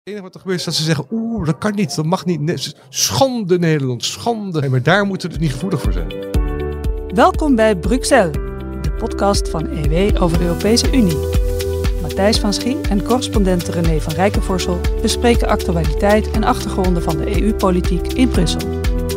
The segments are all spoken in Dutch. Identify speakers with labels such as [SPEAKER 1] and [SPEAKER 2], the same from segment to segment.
[SPEAKER 1] Het enige wat er gebeurt is dat ze zeggen, dat kan niet, dat mag niet. Schande Nederland, schande. Nee, maar daar moeten we dus niet gevoelig voor zijn.
[SPEAKER 2] Welkom bij Bruxelles, de podcast van EW over de Europese Unie. Matthijs van Schie en correspondent René van Rijkenvorsel bespreken actualiteit en achtergronden van de EU-politiek in Brussel.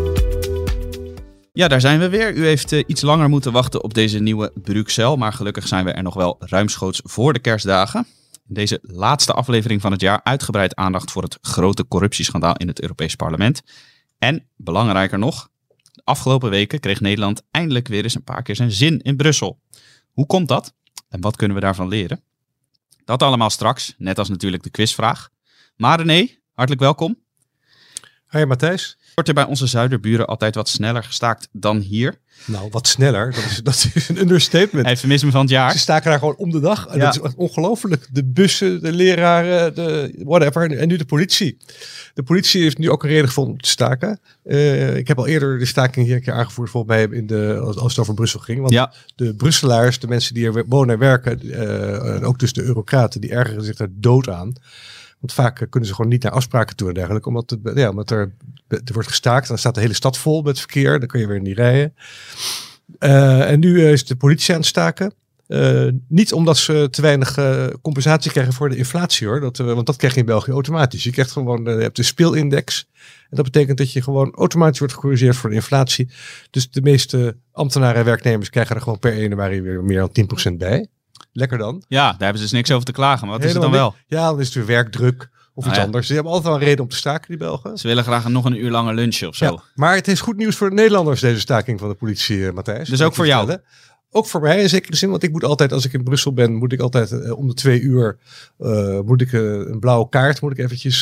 [SPEAKER 3] Ja, daar zijn we weer. U heeft iets langer moeten wachten op deze nieuwe Bruxelles, maar gelukkig zijn we er nog wel ruimschoots voor de kerstdagen. In deze laatste aflevering van het jaar uitgebreid aandacht voor het grote corruptieschandaal in het Europees Parlement. En, belangrijker nog, de afgelopen weken kreeg Nederland eindelijk weer eens een paar keer zijn zin in Brussel. Hoe komt dat? En wat kunnen we daarvan leren? Dat allemaal straks, net als natuurlijk de quizvraag. Maar René, hartelijk welkom.
[SPEAKER 1] Hoi Matthijs.
[SPEAKER 3] Wordt er bij onze zuiderburen altijd wat sneller gestaakt dan hier?
[SPEAKER 1] Nou, wat sneller. Dat is een understatement.
[SPEAKER 3] Eufemisme van het jaar.
[SPEAKER 1] Ze staken daar gewoon om de dag. En
[SPEAKER 3] ja.
[SPEAKER 1] Dat is echt ongelooflijk. De bussen, de leraren, de whatever. En nu de politie. De politie heeft nu ook een reden gevonden om te staken. Ik heb al eerder de staking hier een keer aangevoerd volgens mij als het over Brussel ging. Want de Brusselaars, de mensen die er wonen en werken, ook dus de eurocraten, die ergeren zich daar dood aan. Want vaak kunnen ze gewoon niet naar afspraken toe en dergelijke. Omdat er wordt gestaakt. Dan staat de hele stad vol met verkeer. Dan kun je weer niet rijden. En nu is de politie aan het staken. Niet omdat ze te weinig compensatie krijgen voor de inflatie hoor. Want dat krijg je in België automatisch. Je krijgt gewoon, je hebt de speelindex. En dat betekent dat je gewoon automatisch wordt gecorrigeerd voor de inflatie. Dus de meeste ambtenaren en werknemers krijgen er gewoon per 1 januari weer meer dan 10% bij. Lekker dan.
[SPEAKER 3] Ja, daar hebben ze dus niks over te klagen. Maar wat is het dan wel?
[SPEAKER 1] Ja, dan is het weer werkdruk of iets anders. Ze hebben altijd wel een reden om te staken, die Belgen.
[SPEAKER 3] Ze willen graag nog een uur langer lunchen of zo.
[SPEAKER 1] Ja, maar het is goed nieuws voor de Nederlanders, deze staking van de politie, Matthijs.
[SPEAKER 3] Dus ook voor jou?
[SPEAKER 1] Ook voor mij in zekere zin. Want ik moet altijd, als ik in Brussel ben, moet ik altijd om de 2 uur moet ik een blauwe kaart, moet ik eventjes,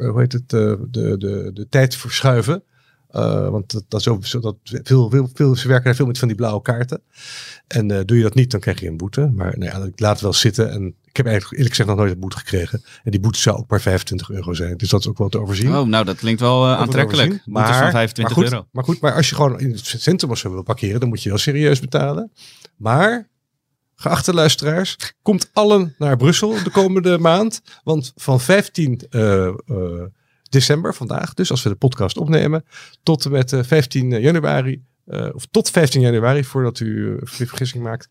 [SPEAKER 1] de tijd verschuiven. Want ze werken daar veel met van die blauwe kaarten. En doe je dat niet, dan krijg je een boete. Maar ik laat het wel zitten. En ik heb eigenlijk eerlijk gezegd nog nooit een boete gekregen. En die boete zou ook maar €25 zijn. Dus dat is ook wel te overzien.
[SPEAKER 3] Oh, nou dat klinkt wel aantrekkelijk. Boetes van €25.
[SPEAKER 1] Maar als je gewoon in het centrum of zo wil parkeren, dan moet je wel serieus betalen. Maar, geachte luisteraars, komt allen naar Brussel de komende maand. Want van 15 december, vandaag dus, als we de podcast opnemen, tot en met 15 januari, of tot 15 januari, voordat u vergissing maakt,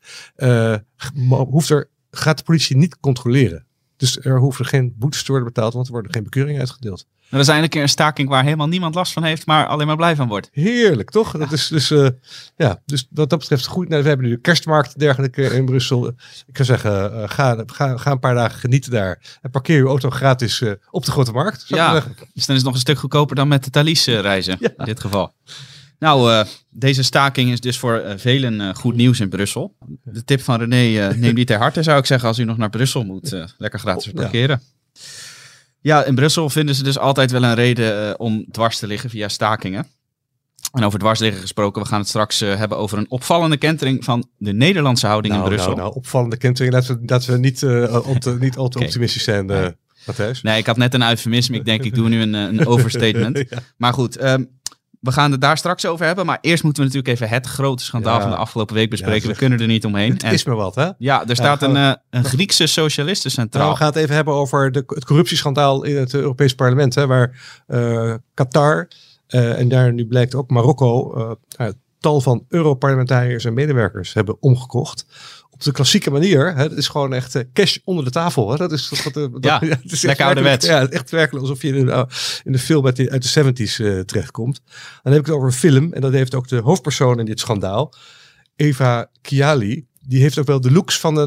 [SPEAKER 1] gaat de politie niet controleren. Dus er hoeven geen boetes te worden betaald, want er worden geen bekeuringen uitgedeeld.
[SPEAKER 3] Dat is eigenlijk een staking waar helemaal niemand last van heeft, maar alleen maar blij van wordt.
[SPEAKER 1] Heerlijk, toch? Dat is dus wat dat betreft goed. Nou, we hebben nu de kerstmarkt en dergelijke in Brussel. Ik zou zeggen, ga een paar dagen genieten daar. En parkeer je auto gratis op de Grote Markt.
[SPEAKER 3] Ja, dus dan is het nog een stuk goedkoper dan met de Thalys reizen, in dit geval. Nou, deze staking is dus voor velen goed nieuws in Brussel. De tip van René, neem die ter harte, zou ik zeggen, als u nog naar Brussel moet. Lekker gratis parkeren. Ja, in Brussel vinden ze dus altijd wel een reden om dwars te liggen via stakingen. En over dwars liggen gesproken, we gaan het straks hebben over een opvallende kentering van de Nederlandse houding in Brussel.
[SPEAKER 1] Nou, opvallende kentering. Laten we niet al te optimistisch zijn, Matthijs.
[SPEAKER 3] Nee, ik had net een eufemisme. Ik denk, ik doe nu een overstatement. Ja. Maar goed, we gaan het daar straks over hebben. Maar eerst moeten we natuurlijk even het grote schandaal van de afgelopen week bespreken. We kunnen er niet omheen.
[SPEAKER 1] Het is maar wat, hè?
[SPEAKER 3] Ja, er staat een Griekse socialiste centraal.
[SPEAKER 1] Nou, we gaan het even hebben over het corruptieschandaal in het Europees Parlement. Hè, waar Qatar en daar nu blijkt ook Marokko tal van Europarlementariërs en medewerkers hebben omgekocht. Op de klassieke manier. Hè, het is gewoon echt cash onder de tafel. Hè. Dat is
[SPEAKER 3] het is lekker ouderwets.
[SPEAKER 1] Ja, echt werkelijk alsof je in de film uit de 70's terechtkomt. Dan heb ik het over een film. En dat heeft ook de hoofdpersoon in dit schandaal. Eva Kiali. Die heeft ook wel de looks van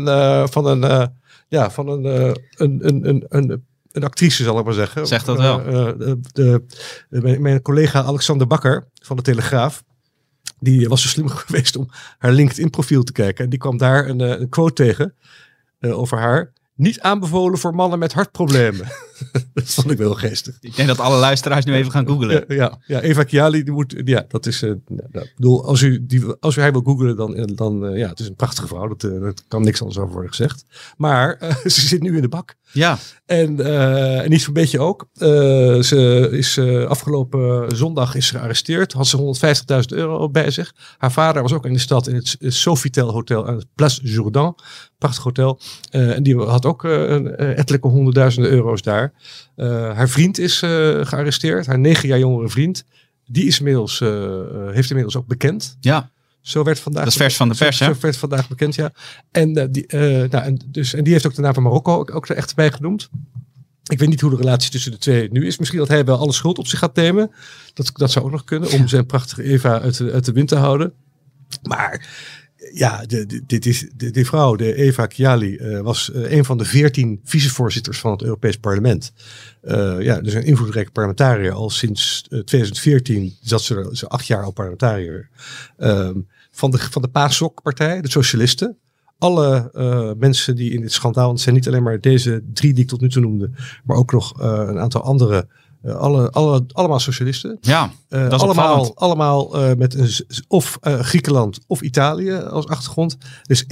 [SPEAKER 1] een actrice, zal ik maar zeggen.
[SPEAKER 3] Zeg dat wel.
[SPEAKER 1] Mijn collega Alexander Bakker van de Telegraaf. Die was zo slim geweest om haar LinkedIn-profiel te kijken. En die kwam daar een quote tegen over haar. Niet aanbevolen voor mannen met hartproblemen. Dat vond ik wel geestig.
[SPEAKER 3] Ik denk dat alle luisteraars nu even gaan googlen.
[SPEAKER 1] Ja, Eva Kiali, die moet. Ja, dat is. Ik bedoel, als u haar wil googlen, dan het is een prachtige vrouw. Dat kan niks anders over worden gezegd. Maar ze zit nu in de bak.
[SPEAKER 3] Ja.
[SPEAKER 2] En niet zo'n beetje ook. Ze is afgelopen zondag is gearresteerd. Had ze €150.000 bij zich. Haar vader was ook in de stad in het Sofitel Hotel aan het Place Jourdan. Prachtig hotel. En die had ook ettelijke honderdduizenden euro's daar. Haar vriend is gearresteerd. Haar 9 jaar jongere vriend. Die is heeft inmiddels ook bekend.
[SPEAKER 3] Ja.
[SPEAKER 2] Zo werd vandaag.
[SPEAKER 3] Dat is vers van de pers, hè?
[SPEAKER 2] Zo werd vandaag bekend, ja. En die heeft ook de naam van Marokko ook er echt bij genoemd. Ik weet niet hoe de relatie tussen de twee nu is. Misschien dat hij wel alle schuld op zich gaat nemen. Dat zou ook nog kunnen. Om zijn prachtige Eva uit de wind te houden. Maar ja, die vrouw, de Eva Kiali, was een van de 14 vicevoorzitters van het Europees Parlement. Dus een invloedrijke parlementariër. Al sinds 2014 zat ze 8 jaar al parlementariër. Van de PASOK-partij, de socialisten. Alle mensen die in dit schandaal, het zijn niet alleen maar deze 3 die ik tot nu toe noemde, maar ook nog een aantal andere, allemaal socialisten.
[SPEAKER 3] Ja, dat is
[SPEAKER 2] allemaal met of Griekenland of Italië als achtergrond. Er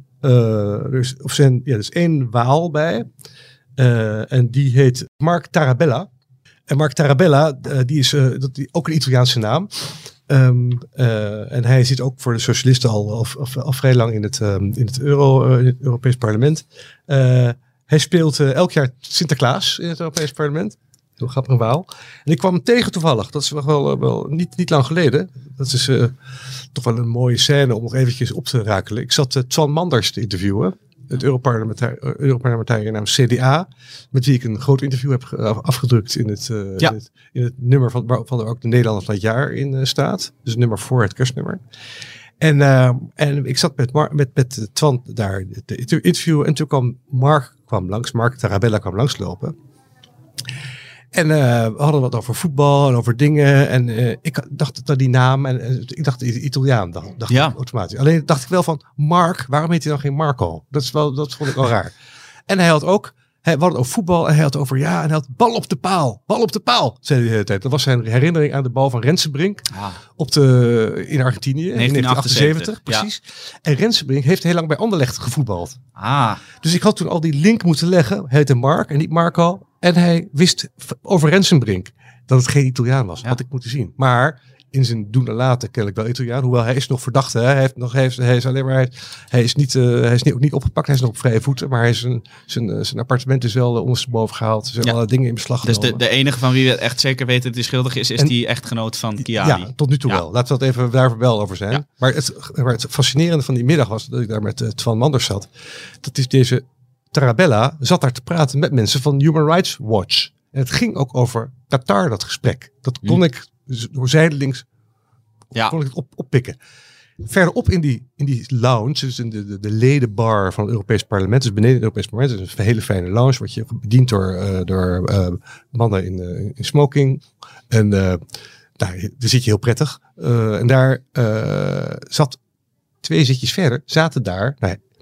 [SPEAKER 2] is één Waal bij en die heet Mark Tarabella. En Mark Tarabella, die is ook een Italiaanse naam. En hij zit ook voor de socialisten al vrij lang in het Europees Parlement. Hij speelt elk jaar Sinterklaas in het Europees Parlement. Heel grappig Waal. En ik kwam hem tegen toevallig. Dat is wel niet lang geleden. Dat is toch wel een mooie scène om nog eventjes op te rakelen. Ik zat Twan Manders te interviewen. Het Europarlementariër namens CDA. Met wie ik een groot interview heb afgedrukt in het nummer waarvan er ook de Nederlander van het jaar in staat. Dus het nummer voor het kerstnummer. En ik zat met Twan daar te interviewen. En toen kwam Mark Tarabella kwam langslopen. En we hadden wat over voetbal en over dingen. En ik dacht dat die naam. En ik dacht Italiaan. Dacht ik automatisch. Alleen dacht ik wel van Mark. Waarom heet hij dan geen Marco? Dat vond ik wel raar. En hij had ook. We hadden over voetbal. En hij had over. Ja, en hij had bal op de paal. Bal op de paal. Zei hij de hele tijd. Dat was zijn herinnering aan de bal van Rensenbrink. In Argentinië. In 1978. Precies. Ja. En Rensenbrink heeft heel lang bij Anderlecht gevoetbald. Dus ik had toen al die link moeten leggen. Hij heette Mark en niet Marco. En hij wist over Rensenbrink dat het geen Italiaan was. Had ik moeten zien. Maar in zijn doen en laten kennelijk wel Italiaan. Hoewel hij is nog verdachte. Hè? Hij is niet opgepakt. Hij is nog op vrije voeten. Maar zijn appartement is wel ondersteboven gehaald. Er zijn allerlei dingen in beslag genomen.
[SPEAKER 3] Dus de enige van wie we echt zeker weten dat hij schuldig is die echtgenoot van Kiali.
[SPEAKER 2] Ja, tot nu toe wel. Laten we dat even daar wel over zijn. Ja. Maar het fascinerende van die middag was dat ik daar met Twan Manders zat. Dat is deze Tarabella zat daar te praten met mensen van Human Rights Watch. En het ging ook over Qatar, dat gesprek. Dat kon ik door zijdelings oppikken. Verderop in die lounge, dus in de ledenbar van het Europees Parlement, dus beneden het Europees Parlement, is een hele fijne lounge, word je bediend door mannen in smoking. En daar zit je heel prettig. En daar zat 2 zitjes verder, zaten daar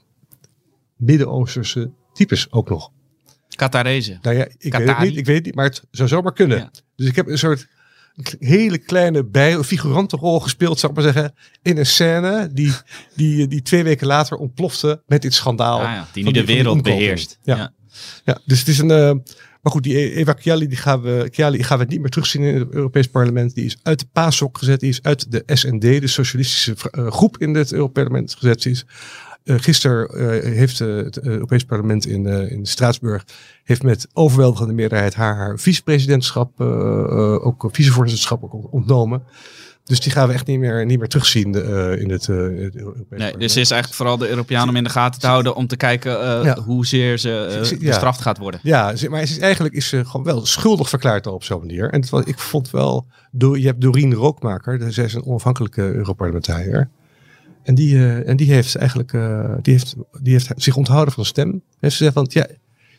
[SPEAKER 2] Midden-Oosterse types ook nog.
[SPEAKER 3] Qatarezen.
[SPEAKER 2] Nou ja, ik weet het niet, maar het zou zomaar kunnen. Ja. Dus ik heb een soort hele kleine figurantenrol gespeeld, zou ik maar zeggen, in een scène die 2 weken later ontplofte met dit schandaal.
[SPEAKER 3] Die nu de wereld beheerst.
[SPEAKER 2] Ja, dus het is een. Maar goed, die Eva Kiali gaan we niet meer terugzien in het Europees Parlement. Die is uit de PASOK gezet. Die is uit de SND, de socialistische groep in het Europees Parlement gezet. Die is gisteren heeft het Europees Parlement in Straatsburg heeft met overweldigende meerderheid haar vicepresidentschap, ook vicevoorzitterschap ook ontnomen. Dus die gaan we echt niet meer terugzien in het Europees Parlement.
[SPEAKER 3] Dus het is eigenlijk vooral de Europeanen om in de gaten te houden om te kijken hoezeer ze bestraft gaat worden.
[SPEAKER 2] Ja, maar ze is gewoon wel schuldig verklaard op zo'n manier. En ik vond wel, je hebt Doreen Rookmaker, zij is een onafhankelijke Europarlementariër. En die heeft eigenlijk die heeft zich onthouden van stem. Heeft ze gezegd van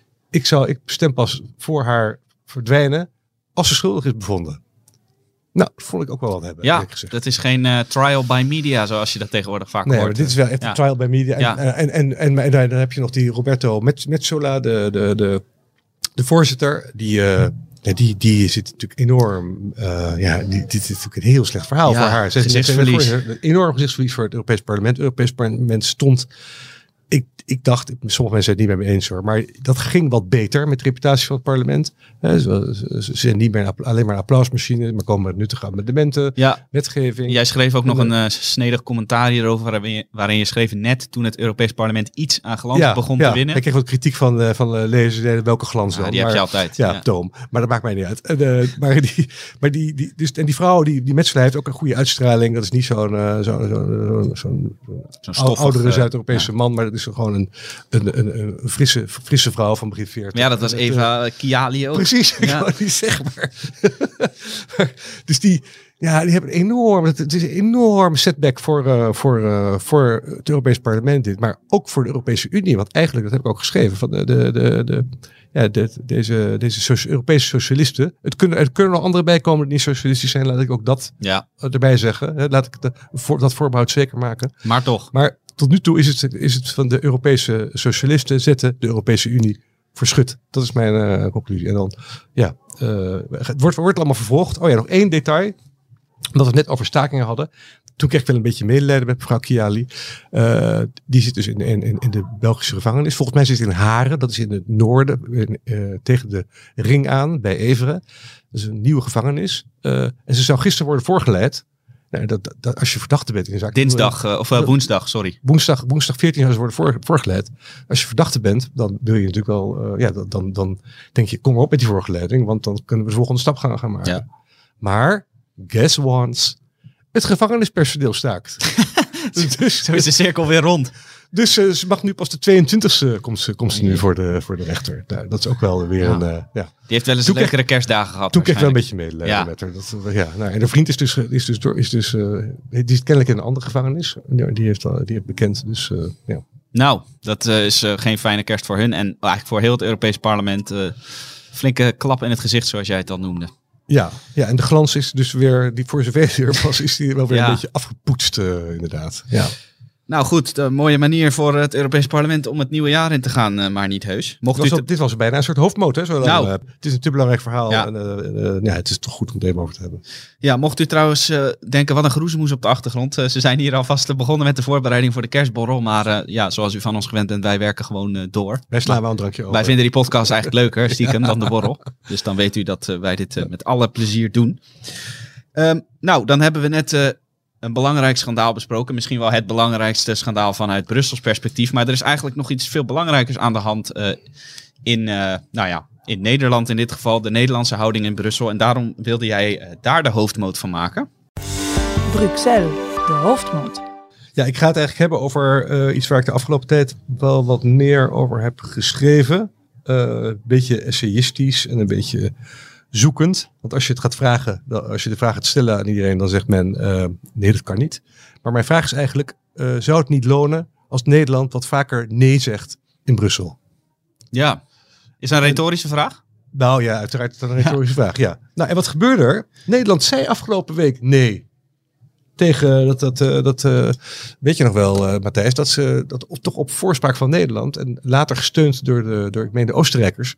[SPEAKER 2] ik stem pas voor haar verdwijnen als ze schuldig is bevonden. Nou, dat vond ik ook wel wat hebben.
[SPEAKER 3] Ja, dat is geen trial by media zoals je dat tegenwoordig vaak hoort. Nee,
[SPEAKER 2] dit is wel echt een trial by media. Ja. En dan heb je nog die Roberto Metsola, de voorzitter, die zit natuurlijk enorm. Dit is natuurlijk een heel slecht verhaal voor haar.
[SPEAKER 3] Gezichtsverlies.
[SPEAKER 2] Enorm gezichtsverlies voor het Europees Parlement. Het Europees Parlement stond
[SPEAKER 1] Ik dacht, sommige mensen zijn het niet met me eens hoor, maar dat ging wat beter met de reputatie van het parlement. Ze zijn niet meer alleen maar een applausmachine, maar komen met nuttige amendementen, wetgeving.
[SPEAKER 3] Jij schreef ook nog een snedig commentaar hierover, waarin je schreef net toen het Europees parlement iets aan glans begon te winnen.
[SPEAKER 1] Ik kreeg wat kritiek van lezers, welke glans dan.
[SPEAKER 3] Die heb je altijd.
[SPEAKER 1] Toom. Maar dat maakt mij niet uit. Die vrouw, die Metselaar heeft ook een goede uitstraling. Dat is niet zo'n oudere Zuid-Europese man, maar dat is gewoon een frisse vrouw van begin 40.
[SPEAKER 3] Ja, dat was Eva Kiali ook.
[SPEAKER 1] Precies, ik wou niet zeggen maar. Dus die hebben het is een enorme setback voor het Europees parlement dit, maar ook voor de Europese Unie. Want eigenlijk, dat heb ik ook geschreven, van deze Europese socialisten. Er kunnen nog anderen bij komen die niet socialistisch zijn, laat ik ook dat erbij zeggen. Laat ik dat voorbehoud zeker maken.
[SPEAKER 3] Maar toch.
[SPEAKER 1] Maar tot nu toe is het van de Europese socialisten zetten de Europese Unie voor schut. Dat is mijn conclusie. En dan, het wordt allemaal vervolgd. Oh ja, nog één detail. Omdat we het net over stakingen hadden. Toen kreeg ik wel een beetje medelijden met mevrouw Kiali. Die zit dus in de Belgische gevangenis. Volgens mij zit ze in Haren. Dat is in het noorden. Tegen de ring aan bij Everen. Dat is een nieuwe gevangenis. En ze zou gisteren worden voorgeleid. Nou, dat als je verdachte bent in de zaak.
[SPEAKER 3] Woensdag, sorry.
[SPEAKER 1] Woensdag 14 zou ze worden voorgeleid. Als je verdachte bent, dan wil je natuurlijk wel. Dan denk je, kom maar op met die voorgeleiding. Want dan kunnen we de volgende stap gaan maken. Ja. Maar, guess once. Het gevangenispersoneel staakt.
[SPEAKER 3] Dus zo is de cirkel weer rond.
[SPEAKER 1] Dus ze mag nu pas de 22e komt ze nu voor de rechter. Nou, dat is ook wel weer een... Die
[SPEAKER 3] heeft wel eens lekkere kerstdagen gehad.
[SPEAKER 1] Toen kreeg ik wel een beetje medelijden met haar. En de vriend die zit kennelijk in een andere gevangenis. Die heeft bekend. Dus
[SPEAKER 3] Nou, dat is geen fijne kerst voor hun. En eigenlijk voor heel het Europees parlement flinke klap in het gezicht, zoals jij het al noemde.
[SPEAKER 1] Ja, en de glans is dus weer, die voor zover weer was, is die wel weer een beetje afgepoetst inderdaad. Ja.
[SPEAKER 3] Nou goed, een mooie manier voor het Europees Parlement om het nieuwe jaar in te gaan, maar niet heus.
[SPEAKER 1] Dit was bijna een soort hoofdmoot. Hè, het is een te belangrijk verhaal en het is toch goed om het even over te hebben.
[SPEAKER 3] Ja, mocht u trouwens denken, wat een geroezemoes op de achtergrond. Ze zijn hier alvast begonnen met de voorbereiding voor de kerstborrel. Maar zoals u van ons gewend bent, wij werken gewoon door.
[SPEAKER 1] Wij slaan wel een drankje over.
[SPEAKER 3] Wij vinden die podcast eigenlijk leuker, stiekem, dan de borrel. Dus dan weet u dat wij dit met alle plezier doen. Dan hebben we net... een belangrijk schandaal besproken. Misschien wel het belangrijkste schandaal vanuit Brussels perspectief. Maar er is eigenlijk nog iets veel belangrijkers aan de hand in Nederland in dit geval. De Nederlandse houding in Brussel. En daarom wilde jij daar de hoofdmoot van maken.
[SPEAKER 2] Bruxelles, de hoofdmoot.
[SPEAKER 1] Ja, ik ga het eigenlijk hebben over iets waar ik de afgelopen tijd wel wat meer over heb geschreven. Een beetje essayistisch en een beetje... zoekend. Want als je het gaat vragen, als je de vraag gaat stellen aan iedereen, dan zegt men nee, dat kan niet. Maar mijn vraag is eigenlijk, zou het niet lonen als Nederland wat vaker nee zegt in Brussel?
[SPEAKER 3] Ja, is dat een retorische vraag?
[SPEAKER 1] Nou ja, uiteraard is dat een retorische vraag, ja. Nou, en wat gebeurde er? Nederland zei afgelopen week nee. Tegen dat weet je nog wel, Matthijs, dat ze dat toch op voorspraak van Nederland en later gesteund door ik meen de Oostenrijkers,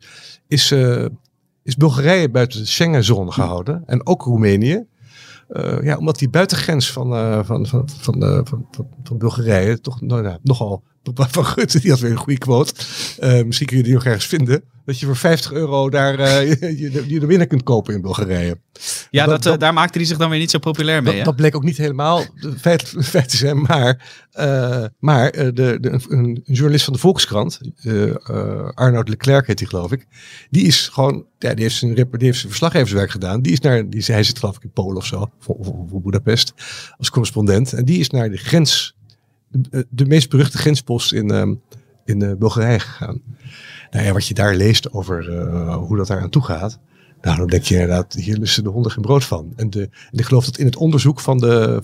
[SPEAKER 1] is Bulgarije buiten de Schengenzone gehouden. En ook Roemenië. Omdat die buitengrens van Bulgarije toch nogal... Van Rutte, die had weer een goede quote. Misschien kun je die nog ergens vinden. Dat je voor €50 daar je er binnen kunt kopen in Bulgarije.
[SPEAKER 3] Ja, daar maakte hij zich dan weer niet zo populair mee.
[SPEAKER 1] Dat bleek ook niet helemaal feit te zijn. Maar een journalist van de Volkskrant, Arnoud Leclerc heet hij geloof ik. Die is gewoon, die heeft zijn verslaggeverswerk gedaan. Hij zit geloof ik in Polen of zo. Of Budapest als correspondent. En die is naar de grens... De meest beruchte grenspost in Bulgarije gegaan. Nou ja, wat je daar leest over hoe dat daar aan toe gaat. Nou, dan denk je inderdaad, hier lusten de honden geen brood van. En ik geloof dat in het onderzoek van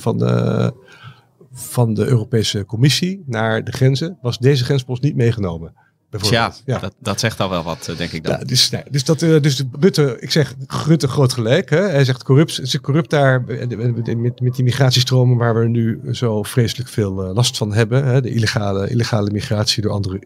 [SPEAKER 1] de Europese Commissie naar de grenzen was deze grenspost niet meegenomen.
[SPEAKER 3] Ja, dat zegt al wel wat, denk ik dan.
[SPEAKER 1] Ja, dus Rutte, ik zeg Rutte groot gelijk. Hè? Hij zegt corrupt daar met die migratiestromen waar we nu zo vreselijk veel last van hebben. Hè? De illegale migratie, door andere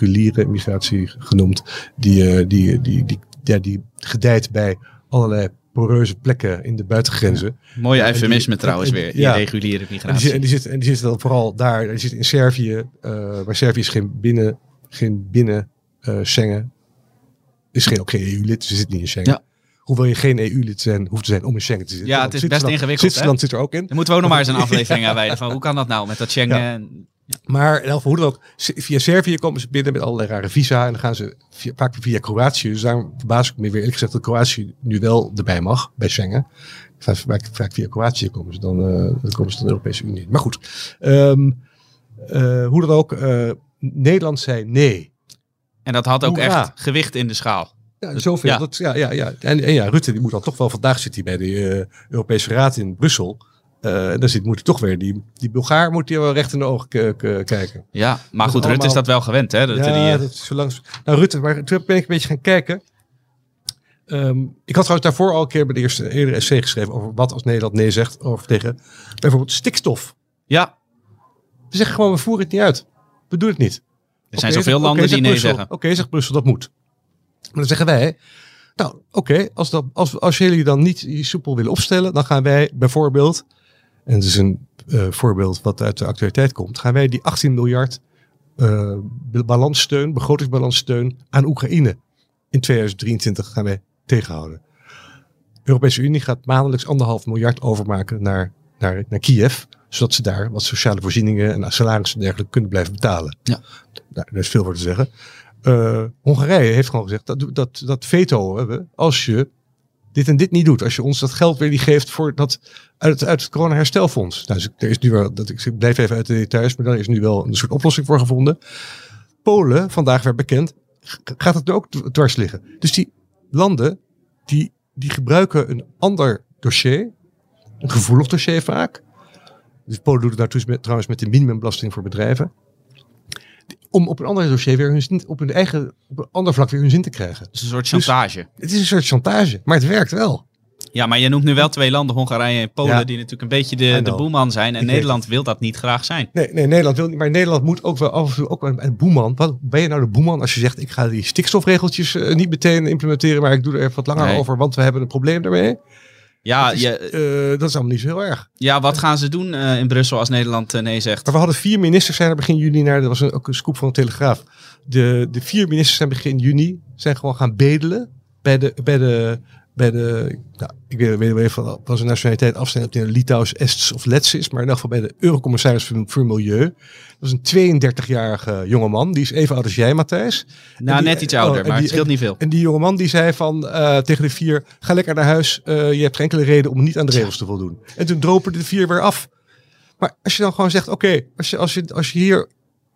[SPEAKER 1] irreguliere migratie genoemd. Die gedijt bij allerlei poreuze plekken in de buitengrenzen.
[SPEAKER 3] Mooie eufemisme trouwens weer. Irreguliere migratie.
[SPEAKER 1] En die zitten dan vooral daar. Die zitten in Servië. Maar Servië is geen binnen Schengen. Is ook geen EU-lid. Dus ze zit niet in Schengen. Ja. Hoewel je geen EU-lid hoeft te zijn om in Schengen te zitten.
[SPEAKER 3] Ja, het is best ingewikkeld.
[SPEAKER 1] Zwitserland zit er ook in.
[SPEAKER 3] Dan moeten we ook nog maar eens een aflevering aanwijden. Van hoe kan dat nou met dat Schengen?
[SPEAKER 1] Ja. Maar in elk geval, hoe dan ook, via Servië komen ze binnen met allerlei rare visa. En dan gaan ze vaak via Kroatië. Dus daarom verbaas ik me weer eerlijk gezegd dat Kroatië nu wel erbij mag bij Schengen. Vaak via Kroatië komen ze dan de Europese Unie. Maar goed, hoe dan ook, Nederland zei nee.
[SPEAKER 3] En dat had ook echt gewicht in de schaal.
[SPEAKER 1] Ja, zoveel. Ja. En Rutte die moet dan toch wel, vandaag zit hij bij de Europese Raad in Brussel. Dan moet hij toch weer, die Bulgaar moet hij wel recht in de ogen kijken.
[SPEAKER 3] Ja, maar goed, Rutte is dat wel gewend, hè? Dat
[SPEAKER 1] is zo lang. Nou, Rutte, maar toen ben ik een beetje gaan kijken. Ik had trouwens daarvoor al een keer bij de eerdere essay geschreven over wat als Nederland nee zegt over tegen bijvoorbeeld stikstof.
[SPEAKER 3] Ja.
[SPEAKER 1] We zeggen gewoon, we voeren het niet uit. We doen het niet.
[SPEAKER 3] Er zijn zoveel landen die nee zeggen.
[SPEAKER 1] Oké, zegt Brussel, dat moet. Maar dan zeggen wij, nou oké, als jullie dan niet die soepel willen opstellen, dan gaan wij bijvoorbeeld, en het is een voorbeeld wat uit de actualiteit komt, gaan wij die 18 miljard begrotingsbalanssteun aan Oekraïne in 2023 gaan wij tegenhouden. De Europese Unie gaat maandelijks 1,5 miljard overmaken naar Kiev, zodat ze daar wat sociale voorzieningen en salarissen en dergelijke kunnen blijven betalen. Ja. Nou, daar is veel voor te zeggen. Hongarije heeft gewoon gezegd dat veto hebben als je dit en dit niet doet. Als je ons dat geld weer niet geeft voor dat uit het corona-herstelfonds. Nou, er is nu wel, ik blijf even uit de details, maar daar is nu wel een soort oplossing voor gevonden. Polen, vandaag werd bekend, gaat het nu ook dwars liggen. Dus die landen, die gebruiken een ander dossier, een gevoelig dossier vaak. Dus Polen doet het nou trouwens met de minimumbelasting voor bedrijven. Om op een ander dossier weer op een ander vlak weer hun zin te krijgen.
[SPEAKER 3] Dus een soort chantage.
[SPEAKER 1] Dus, het is een soort chantage, maar het werkt wel.
[SPEAKER 3] Ja, maar je noemt nu wel 2 landen, Hongarije en Polen, die natuurlijk een beetje de boeman zijn. En Nederland wil dat niet graag zijn.
[SPEAKER 1] Nee, Nederland wil niet. Maar Nederland moet ook wel af en toe ook een boeman. Wat ben je nou de boeman als je zegt, ik ga die stikstofregeltjes niet meteen implementeren, maar ik doe er even wat langer over, want we hebben een probleem daarmee.
[SPEAKER 3] Ja,
[SPEAKER 1] dat is allemaal niet zo heel erg.
[SPEAKER 3] Ja, wat gaan ze doen in Brussel als Nederland nee zegt?
[SPEAKER 1] Maar we hadden 4 ministers zijn er begin juni dat was ook een scoop van de Telegraaf. De 4 ministers zijn begin juni zijn gewoon gaan bedelen bij de nou, ik weet niet even van zijn nationaliteit af zijn op de Litouws, Ests of Lets is, maar in elk geval bij de Eurocommissaris voor Milieu. Dat is een 32-jarige jongeman, die is even oud als jij, Matthijs.
[SPEAKER 3] Nou, net iets ouder, maar het scheelt niet veel.
[SPEAKER 1] En die jongeman die zei van tegen de 4, ga lekker naar huis, je hebt geen enkele reden om niet aan de regels te voldoen. En toen dropen de 4 weer af. Maar als je dan gewoon zegt, oké, als je hier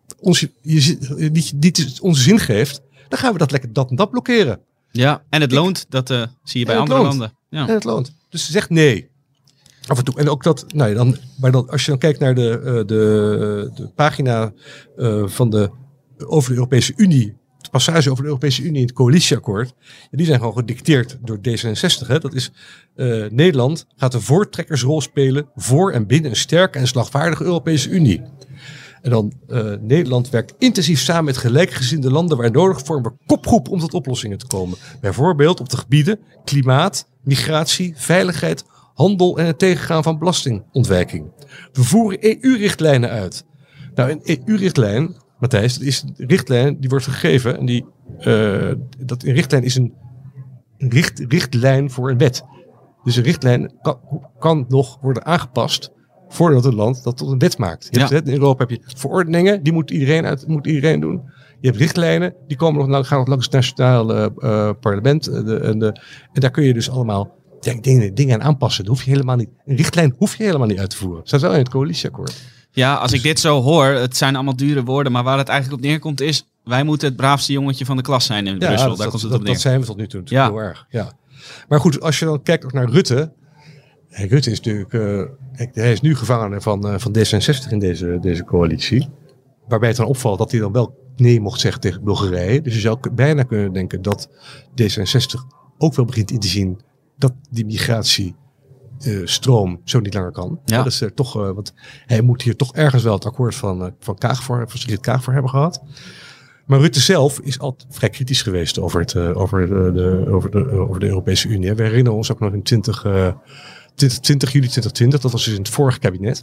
[SPEAKER 1] niet onze zin geeft, dan gaan we dat lekker dat en dat blokkeren.
[SPEAKER 3] Ja, en het loont, dat zie je bij andere landen. Ja.
[SPEAKER 1] En het loont. Dus zeg nee. Af en toe. En ook dat, nou ja, maar als je dan kijkt naar de pagina over de Europese Unie, de passage over de Europese Unie in het coalitieakkoord, die zijn gewoon gedicteerd door D66. Hè. Dat is Nederland gaat een voortrekkersrol spelen voor en binnen een sterke en slagvaardige Europese Unie. En dan Nederland werkt intensief samen met gelijkgezinde landen waar nodig vormen we kopgroep om tot oplossingen te komen. Bijvoorbeeld op de gebieden klimaat, migratie, veiligheid, handel en het tegengaan van belastingontwijking. We voeren EU-richtlijnen uit. Nou, een EU-richtlijn, Matthijs, dat is een richtlijn die wordt gegeven en dat een richtlijn is een richtlijn voor een wet. Dus een richtlijn kan nog worden aangepast voordat een land dat tot een wet maakt. In Europa heb je verordeningen, die moet iedereen doen. Je hebt richtlijnen, die gaan nog langs het nationale parlement. En daar kun je dus allemaal dingen aan aanpassen. Dat hoef je helemaal niet. Een richtlijn hoef je helemaal niet uit te voeren. Dat staat wel in het coalitieakkoord.
[SPEAKER 3] Ja, als ik dit zo hoor, het zijn allemaal dure woorden, maar waar het eigenlijk op neerkomt is, wij moeten het braafste jongetje van de klas zijn in Brussel. Daar komt het op neer. Dat zijn
[SPEAKER 1] we tot nu toe heel erg. Ja. Maar goed, als je dan kijkt ook naar Rutte. Rutte is natuurlijk, hij is nu gevangene van D66 in deze coalitie. Waarbij het dan opvalt dat hij dan wel nee mocht zeggen tegen Bulgarije. Dus je zou bijna kunnen denken dat D66 ook wel begint in te zien dat die migratiestroom zo niet langer kan. Ja. Dat is er toch, want hij moet hier toch ergens wel het akkoord van Sigrid Kaag voor hebben gehad. Maar Rutte zelf is altijd vrij kritisch geweest over de Europese Unie. We herinneren ons ook nog in 20 juli 2020, dat was dus in het vorige kabinet.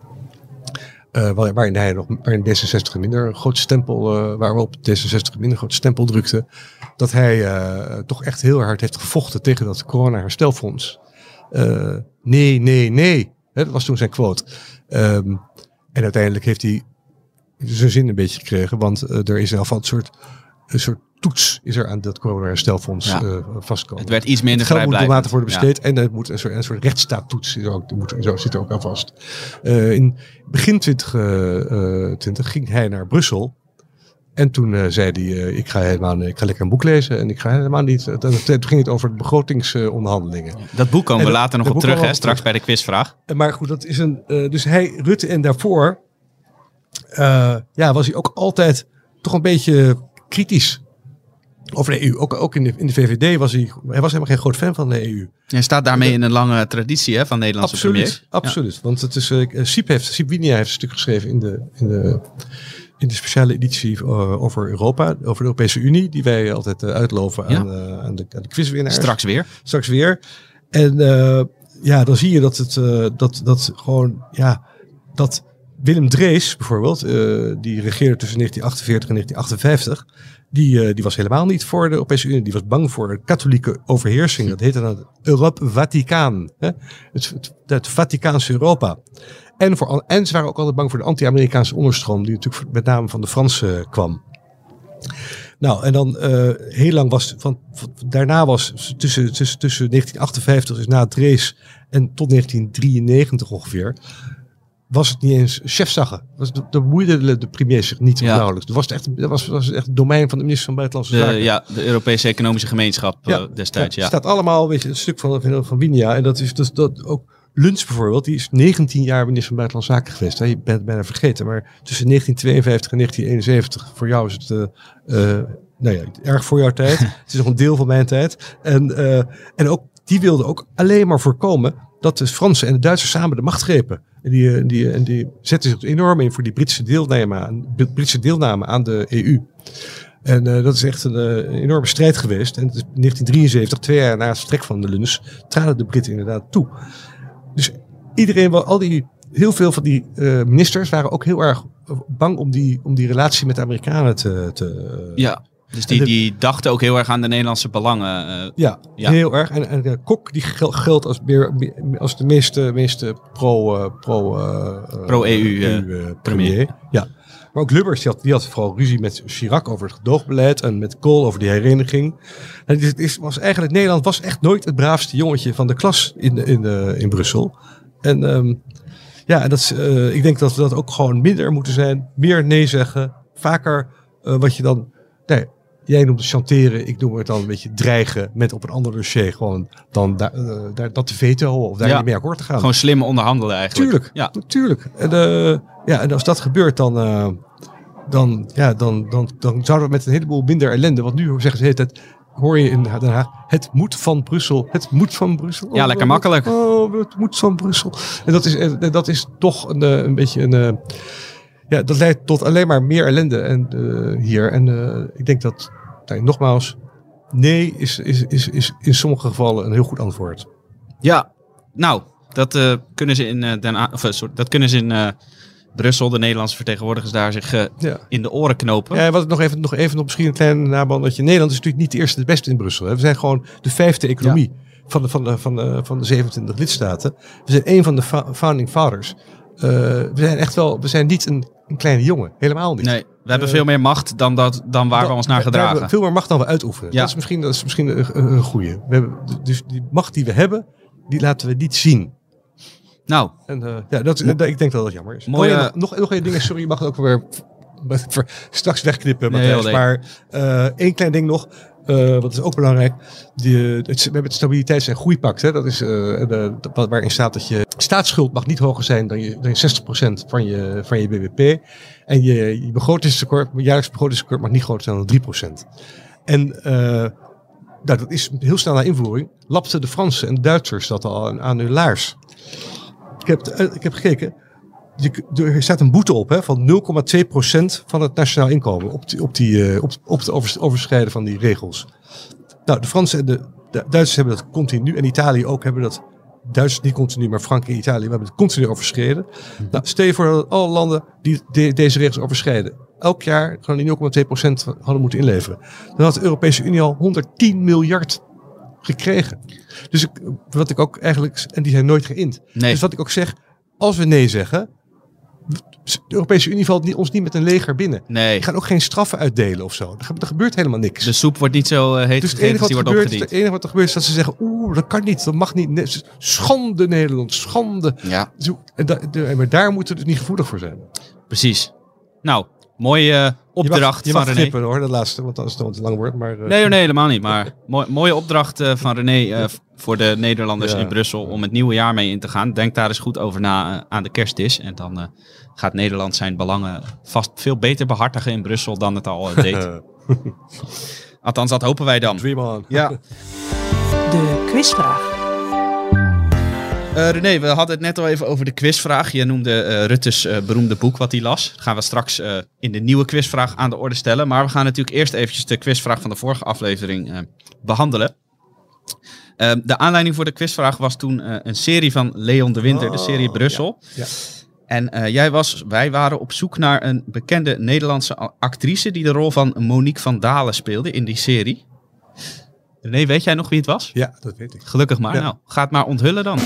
[SPEAKER 1] Waarin D66 een minder grote stempel, waarop D66 een minder grote stempel drukte. Dat hij toch echt heel hard heeft gevochten tegen dat corona-herstelfonds. Nee. Dat was toen zijn quote. En uiteindelijk heeft hij zijn zin een beetje gekregen. Want er is in ieder geval een soort toets is er aan dat corona-herstelfonds vastkomen.
[SPEAKER 3] Het werd iets minder
[SPEAKER 1] het geld moet doelmatig worden besteed.
[SPEAKER 3] Ja.
[SPEAKER 1] En er moet een soort rechtsstaattoets zit er ook aan vast. In begin 2020 ging hij naar Brussel. En toen zei hij, ik ga lekker een boek lezen. En ik ga helemaal niet. Toen ging het over de begrotingsonderhandelingen.
[SPEAKER 3] Dat boek komen we later nog op terug, straks bij de quizvraag.
[SPEAKER 1] Maar goed, dat is dus Rutte en daarvoor was hij ook altijd toch een beetje kritisch over de EU. Ook in de VVD was hij helemaal geen groot fan van de EU.
[SPEAKER 3] Hij staat daarmee in een lange traditie van Nederlandse premier.
[SPEAKER 1] Absoluut. Ja. Want het is Siep Winia heeft een stuk geschreven in de speciale editie over Europa, over de Europese Unie, die wij altijd uitloven aan de quizwinnaars. Straks weer. En dan zie je dat Willem Drees bijvoorbeeld, die regeerde tussen 1948 en 1958, die was helemaal niet voor de Europese Unie. Die was bang voor een katholieke overheersing. Dat heette dan Europe-Vaticaan. Het Vaticaanse Europa. En ze waren ook altijd bang voor de anti-Amerikaanse onderstroom, die natuurlijk met name van de Fransen kwam. Nou, en dan heel lang daarna was tussen 1958, dus na Drees, en tot 1993 ongeveer, was het niet eens chefzagge. Daar bemoeide de premier zich niet nauwelijks. Dat was echt het domein van de minister van Buitenlandse Zaken.
[SPEAKER 3] Ja, de Europese Economische Gemeenschap destijds.
[SPEAKER 1] Het staat allemaal, weet je, een stuk van Winia. En dat is dus dat ook Luns bijvoorbeeld, die is 19 jaar minister van Buitenlandse Zaken geweest. Je bent het bijna vergeten. Maar tussen 1952 en 1971, voor jou is het erg voor jouw tijd. Het is nog een deel van mijn tijd. En ook die wilde ook alleen maar voorkomen dat de Fransen en de Duitsers samen de macht grepen. En die zetten zich enorm in voor die Britse deelname aan de EU. En dat is echt een enorme strijd geweest. En in 1973, 2 jaar na het vertrek van de Luns, traden de Britten inderdaad toe. Dus heel veel van die ministers waren ook heel erg bang om die relatie met de Amerikanen te
[SPEAKER 3] dus die dachten ook heel erg aan de Nederlandse belangen.
[SPEAKER 1] Heel erg. En Kok die geldt als de meeste pro-EU premier. Ja. Maar ook Lubbers die had vooral ruzie met Chirac over het gedoogbeleid en met Kool over die hereniging. En Nederland was echt nooit het braafste jongetje van de klas in Brussel. En ik denk dat we dat ook gewoon minder moeten zijn. Meer nee zeggen. Vaker wat je dan... Nee, jij noemt het chanteren. Ik noem het dan een beetje dreigen met op een ander dossier. Gewoon dan dat te vetoen of daar niet mee akkoord te gaan.
[SPEAKER 3] Gewoon slim onderhandelen eigenlijk.
[SPEAKER 1] Tuurlijk. En als dat gebeurt dan zouden we met een heleboel minder ellende. Want nu zeggen ze de hele tijd, hoor je in Den Haag, het moet van Brussel. Het moet van Brussel.
[SPEAKER 3] Ja, lekker makkelijk.
[SPEAKER 1] Het moet van Brussel. En dat is toch een beetje dat leidt tot alleen maar meer ellende hier. En ik denk dat, nogmaals, nee is in sommige gevallen een heel goed antwoord. Ja,
[SPEAKER 3] nou, dat kunnen ze in Brussel, de Nederlandse vertegenwoordigers daar, zich in de oren knopen.
[SPEAKER 1] Ja, wat nog even misschien een klein nabandje. Nederland is natuurlijk niet de eerste de beste in Brussel. Hè. We zijn gewoon de 5e economie van de 27 lidstaten. We zijn een van de founding fathers. We zijn niet een kleine jongen. Helemaal niet.
[SPEAKER 3] Nee, we hebben veel meer macht dan waar we ons naar gedragen.
[SPEAKER 1] We hebben veel meer macht dan we uitoefenen. Ja. Dat is misschien een goeie. Dus die macht die we hebben, die laten we niet zien.
[SPEAKER 3] Nou.
[SPEAKER 1] En, ik denk dat dat jammer is. Nog één ding. Sorry, je mag het ook weer straks wegknippen, Matthijs. Nee, maar één klein ding nog. Wat is ook belangrijk. We hebben het stabiliteits- en groeipact. Hè? Dat is waarin staat dat je staatsschuld mag niet hoger zijn dan je 60% van je BBP. En je jaarlijks begrotingstekort mag niet groter zijn dan 3%. En dat is heel snel na invoering. Lapten de Fransen en de Duitsers dat al aan hun laars. Ik heb gekeken. er staat een boete op van 0,2% van het nationaal inkomen op het overschrijden van die regels. Nou, de Fransen en de Duitsers hebben dat continu en Italië ook hebben dat. Duitsers niet continu, maar Frankrijk en Italië hebben het continu overschreden. Nou, stel je voor dat alle landen die deze regels overschrijden elk jaar gewoon die 0,2% hadden moeten inleveren. Dan had de Europese Unie al 110 miljard gekregen. Dus wat ik ook eigenlijk, en die zijn nooit geïnd.
[SPEAKER 3] Nee.
[SPEAKER 1] Dus wat ik ook zeg, als we nee zeggen, de Europese Unie valt ons niet met een leger binnen.
[SPEAKER 3] Nee.
[SPEAKER 1] Die gaan ook geen straffen uitdelen of zo. Er gebeurt helemaal niks.
[SPEAKER 3] De soep wordt niet zo heet
[SPEAKER 1] Dus het
[SPEAKER 3] gegeten als die wordt opgediend.
[SPEAKER 1] Het enige wat er gebeurt is dat ze zeggen, dat kan niet, dat mag niet. Schande Nederland, schande.
[SPEAKER 3] Ja.
[SPEAKER 1] Maar daar moeten we dus niet gevoelig voor zijn.
[SPEAKER 3] Precies. Nou, mooie opdracht
[SPEAKER 1] je
[SPEAKER 3] van
[SPEAKER 1] mag
[SPEAKER 3] René.
[SPEAKER 1] knippen hoor, de laatste, want anders is het te lang wordt. Maar,
[SPEAKER 3] Nee, helemaal niet. Maar mooie opdracht van René voor de Nederlanders in Brussel om het nieuwe jaar mee in te gaan. Denk daar eens goed over na aan de kerstdis. En dan gaat Nederland zijn belangen vast veel beter behartigen in Brussel dan het al deed. Althans, dat hopen wij dan.
[SPEAKER 1] Dream on.
[SPEAKER 3] Ja.
[SPEAKER 2] De quizvraag.
[SPEAKER 3] René, we hadden het net al even over de quizvraag. Je noemde Rutte's beroemde boek wat hij las. Dat gaan we straks in de nieuwe quizvraag aan de orde stellen. Maar we gaan natuurlijk eerst eventjes de quizvraag van de vorige aflevering behandelen. De aanleiding voor de quizvraag was toen een serie van Leon de Winter, de serie Brussel. Ja. En wij waren op zoek naar een bekende Nederlandse actrice die de rol van Monique van Dalen speelde in die serie. René, weet jij nog wie het was?
[SPEAKER 1] Ja, dat weet ik.
[SPEAKER 3] Gelukkig maar. Ja. Nou, ga het maar onthullen dan.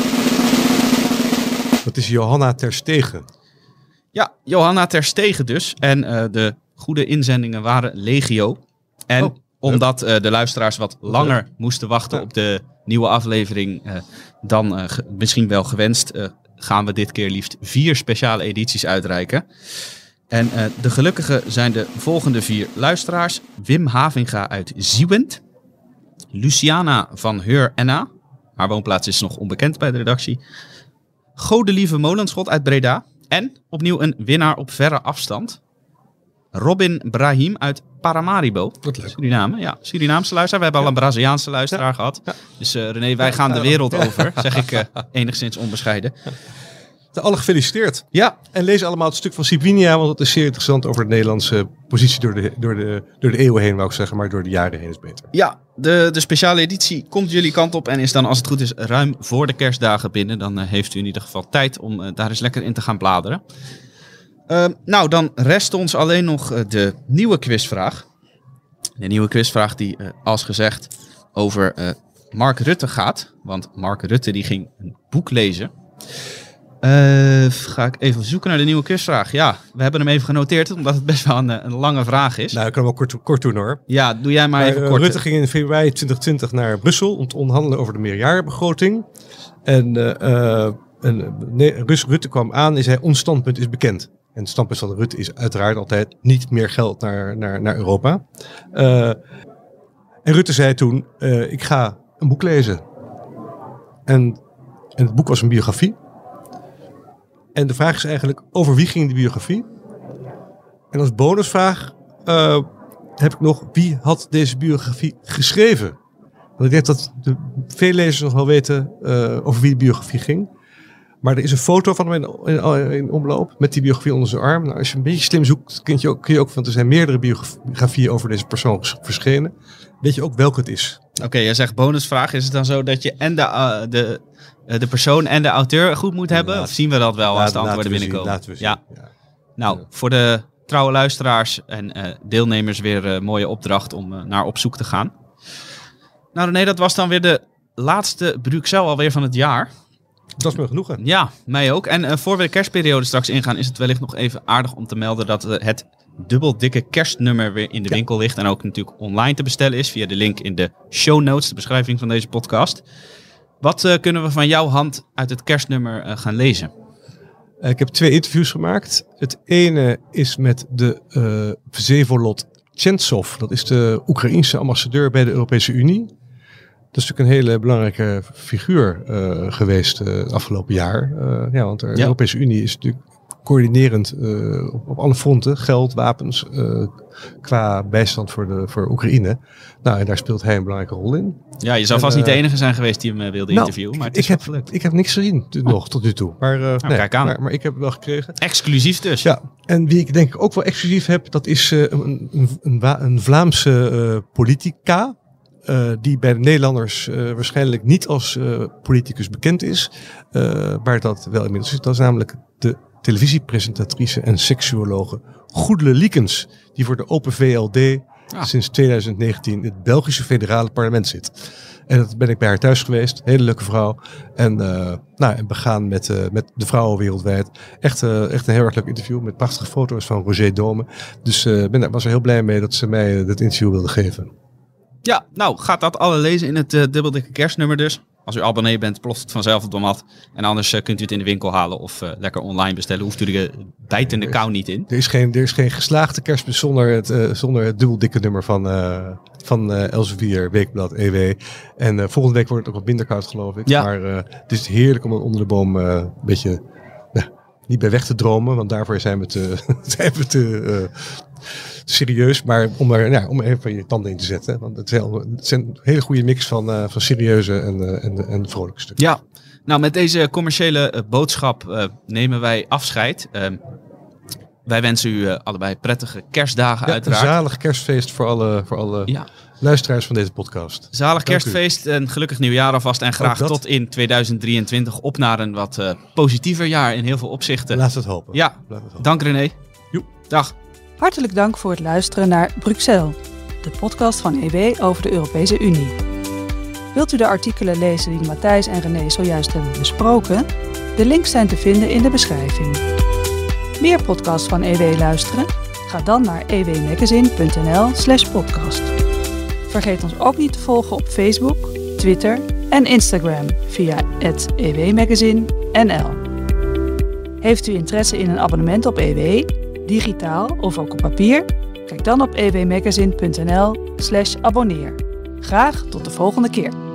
[SPEAKER 1] Dat is Johanna ter Stegen.
[SPEAKER 3] Ja, Johanna ter Stegen dus. En de goede inzendingen waren legio. En omdat de luisteraars wat langer moesten wachten op de nieuwe aflevering dan misschien wel gewenst, gaan we dit keer liefst 4 speciale edities uitreiken. En de gelukkigen zijn de volgende 4 luisteraars. Wim Havinga uit Zieuwent. Luciana van Heur-Enna. Haar woonplaats is nog onbekend bij de redactie. Godelieve Molenschot uit Breda. En opnieuw een winnaar op verre afstand. Robin Brahim uit Paramaribo. Suriname. Ja, Surinaamse luisteraar. We hebben al een Braziliaanse luisteraar gehad. Ja. Dus René, wij gaan de wereld over. Zeg ik enigszins onbescheiden.
[SPEAKER 1] Alle gefeliciteerd.
[SPEAKER 3] Ja.
[SPEAKER 1] En lees allemaal het stuk van Sibinia, want dat is zeer interessant over de Nederlandse positie door de eeuwen heen, wou ik zeggen, maar door de jaren heen is beter.
[SPEAKER 3] Ja, de speciale editie komt jullie kant op en is dan, als het goed is, ruim voor de kerstdagen binnen. Dan heeft u in ieder geval tijd om daar eens lekker in te gaan bladeren. Nou, dan rest ons alleen nog de nieuwe quizvraag. De nieuwe quizvraag die, als gezegd, over Mark Rutte gaat. Want Mark Rutte die ging een boek lezen. Ga ik even zoeken naar de nieuwe quizvraag. Ja, we hebben hem even genoteerd, omdat het best wel een lange vraag is.
[SPEAKER 1] Nou, ik kan hem wel kort doen hoor.
[SPEAKER 3] Ja, doe jij maar even kort.
[SPEAKER 1] Rutte ging in februari 2020 naar Brussel om te onderhandelen over de meerjarenbegroting. En Rutte kwam aan en zei, ons standpunt is bekend. En het standpunt van Rutte is uiteraard altijd niet meer geld naar Europa. En Rutte zei toen, ik ga een boek lezen. En het boek was een biografie. En de vraag is eigenlijk, over wie ging de biografie? En als bonusvraag heb ik nog, wie had deze biografie geschreven? Want ik denk dat veel lezers nog wel weten over wie de biografie ging. Maar er is een foto van hem in omloop met die biografie onder zijn arm. Nou, als je een beetje slim zoekt, kun je ook, want er zijn meerdere biografieën over deze persoon verschenen. Weet je ook welke het is.
[SPEAKER 3] Oké, jij zegt bonusvraag. Is het dan zo dat je en de persoon en de auteur goed moet hebben? Of zien we dat wel als de antwoorden binnenkomen?
[SPEAKER 1] Laten we zien.
[SPEAKER 3] Ja. Nou, voor de trouwe luisteraars en deelnemers weer een mooie opdracht om naar op zoek te gaan. Nou René, dat was dan weer de laatste Bruxelles alweer van het jaar.
[SPEAKER 1] Dat is me genoegen.
[SPEAKER 3] Ja, mij ook. En voor we de kerstperiode straks ingaan, is het wellicht nog even aardig om te melden dat het dubbeldikke kerstnummer weer in de winkel ligt. En ook natuurlijk online te bestellen is via de link in de show notes, de beschrijving van deze podcast. Wat kunnen we van jouw hand uit het kerstnummer gaan lezen?
[SPEAKER 1] Ik heb 2 interviews gemaakt. Het ene is met de Vsevolod Chentsov. Dat is de Oekraïense ambassadeur bij de Europese Unie. Dat is natuurlijk een hele belangrijke figuur geweest het afgelopen jaar. Want de Europese Unie is natuurlijk coördinerend op alle fronten, geld, wapens, qua bijstand voor Oekraïne. Nou, en daar speelt hij een belangrijke rol in.
[SPEAKER 3] Ja, je zou vast niet de enige zijn geweest die hem wilde interviewen. Maar het is
[SPEAKER 1] ik heb niks gezien nog tot nu toe. Maar,
[SPEAKER 3] kijk aan.
[SPEAKER 1] Maar ik heb het wel gekregen.
[SPEAKER 3] Exclusief dus.
[SPEAKER 1] Ja, en wie ik denk ik ook wel exclusief heb, dat is een Vlaamse politica. Die bij de Nederlanders waarschijnlijk niet als politicus bekend is. Maar dat wel inmiddels is. Dat is namelijk de televisiepresentatrice en seksuologe Goedele Liekens. Die voor de Open VLD sinds 2019 in het Belgische federale parlement zit. En dat ben ik bij haar thuis geweest. Hele leuke vrouw. En begaan met de vrouwen wereldwijd. Echt een heel erg leuk interview met prachtige foto's van Roger Dome. Dus was er heel blij mee dat ze mij dat interview wilde geven.
[SPEAKER 3] Ja, nou gaat dat alle lezen in het dubbeldikke kerstnummer dus. Als u abonnee bent, ploft het vanzelf op de mat. En anders kunt u het in de winkel halen of lekker online bestellen. Hoeft u de bijtende kou niet in.
[SPEAKER 1] Er is geen geslaagde kerstmis zonder het dubbeldikke nummer van Elsevier, Weekblad, EW. En volgende week wordt het ook wat minder koud, geloof ik. Ja. Maar het is heerlijk om onder de boom een beetje niet bij weg te dromen. Want daarvoor zijn we te serieus, maar om even je tanden in te zetten. Want het zijn een hele goede mix van serieuze en vrolijke stukken.
[SPEAKER 3] Ja, nou met deze commerciële boodschap nemen wij afscheid. Wij wensen u allebei prettige kerstdagen uiteraard.
[SPEAKER 1] Een zalig kerstfeest voor alle luisteraars van deze podcast.
[SPEAKER 3] Zalig kerstfeest en gelukkig nieuwjaar alvast. En graag tot in 2023 op naar een wat positiever jaar in heel veel opzichten.
[SPEAKER 1] Laat het hopen.
[SPEAKER 3] Ja, dank René.
[SPEAKER 1] Joep.
[SPEAKER 3] Dag.
[SPEAKER 2] Hartelijk dank voor het luisteren naar Bruxelles, de podcast van EW over de Europese Unie. Wilt u de artikelen lezen die Matthijs en René zojuist hebben besproken? De links zijn te vinden in de beschrijving. Meer podcasts van EW luisteren? Ga dan naar ewmagazine.nl/podcast. Vergeet ons ook niet te volgen op Facebook, Twitter en Instagram via @ewmagazine.nl. Heeft u interesse in een abonnement op EW, digitaal of ook op papier? Kijk dan op ewmagazine.nl/abonneer. Graag tot de volgende keer.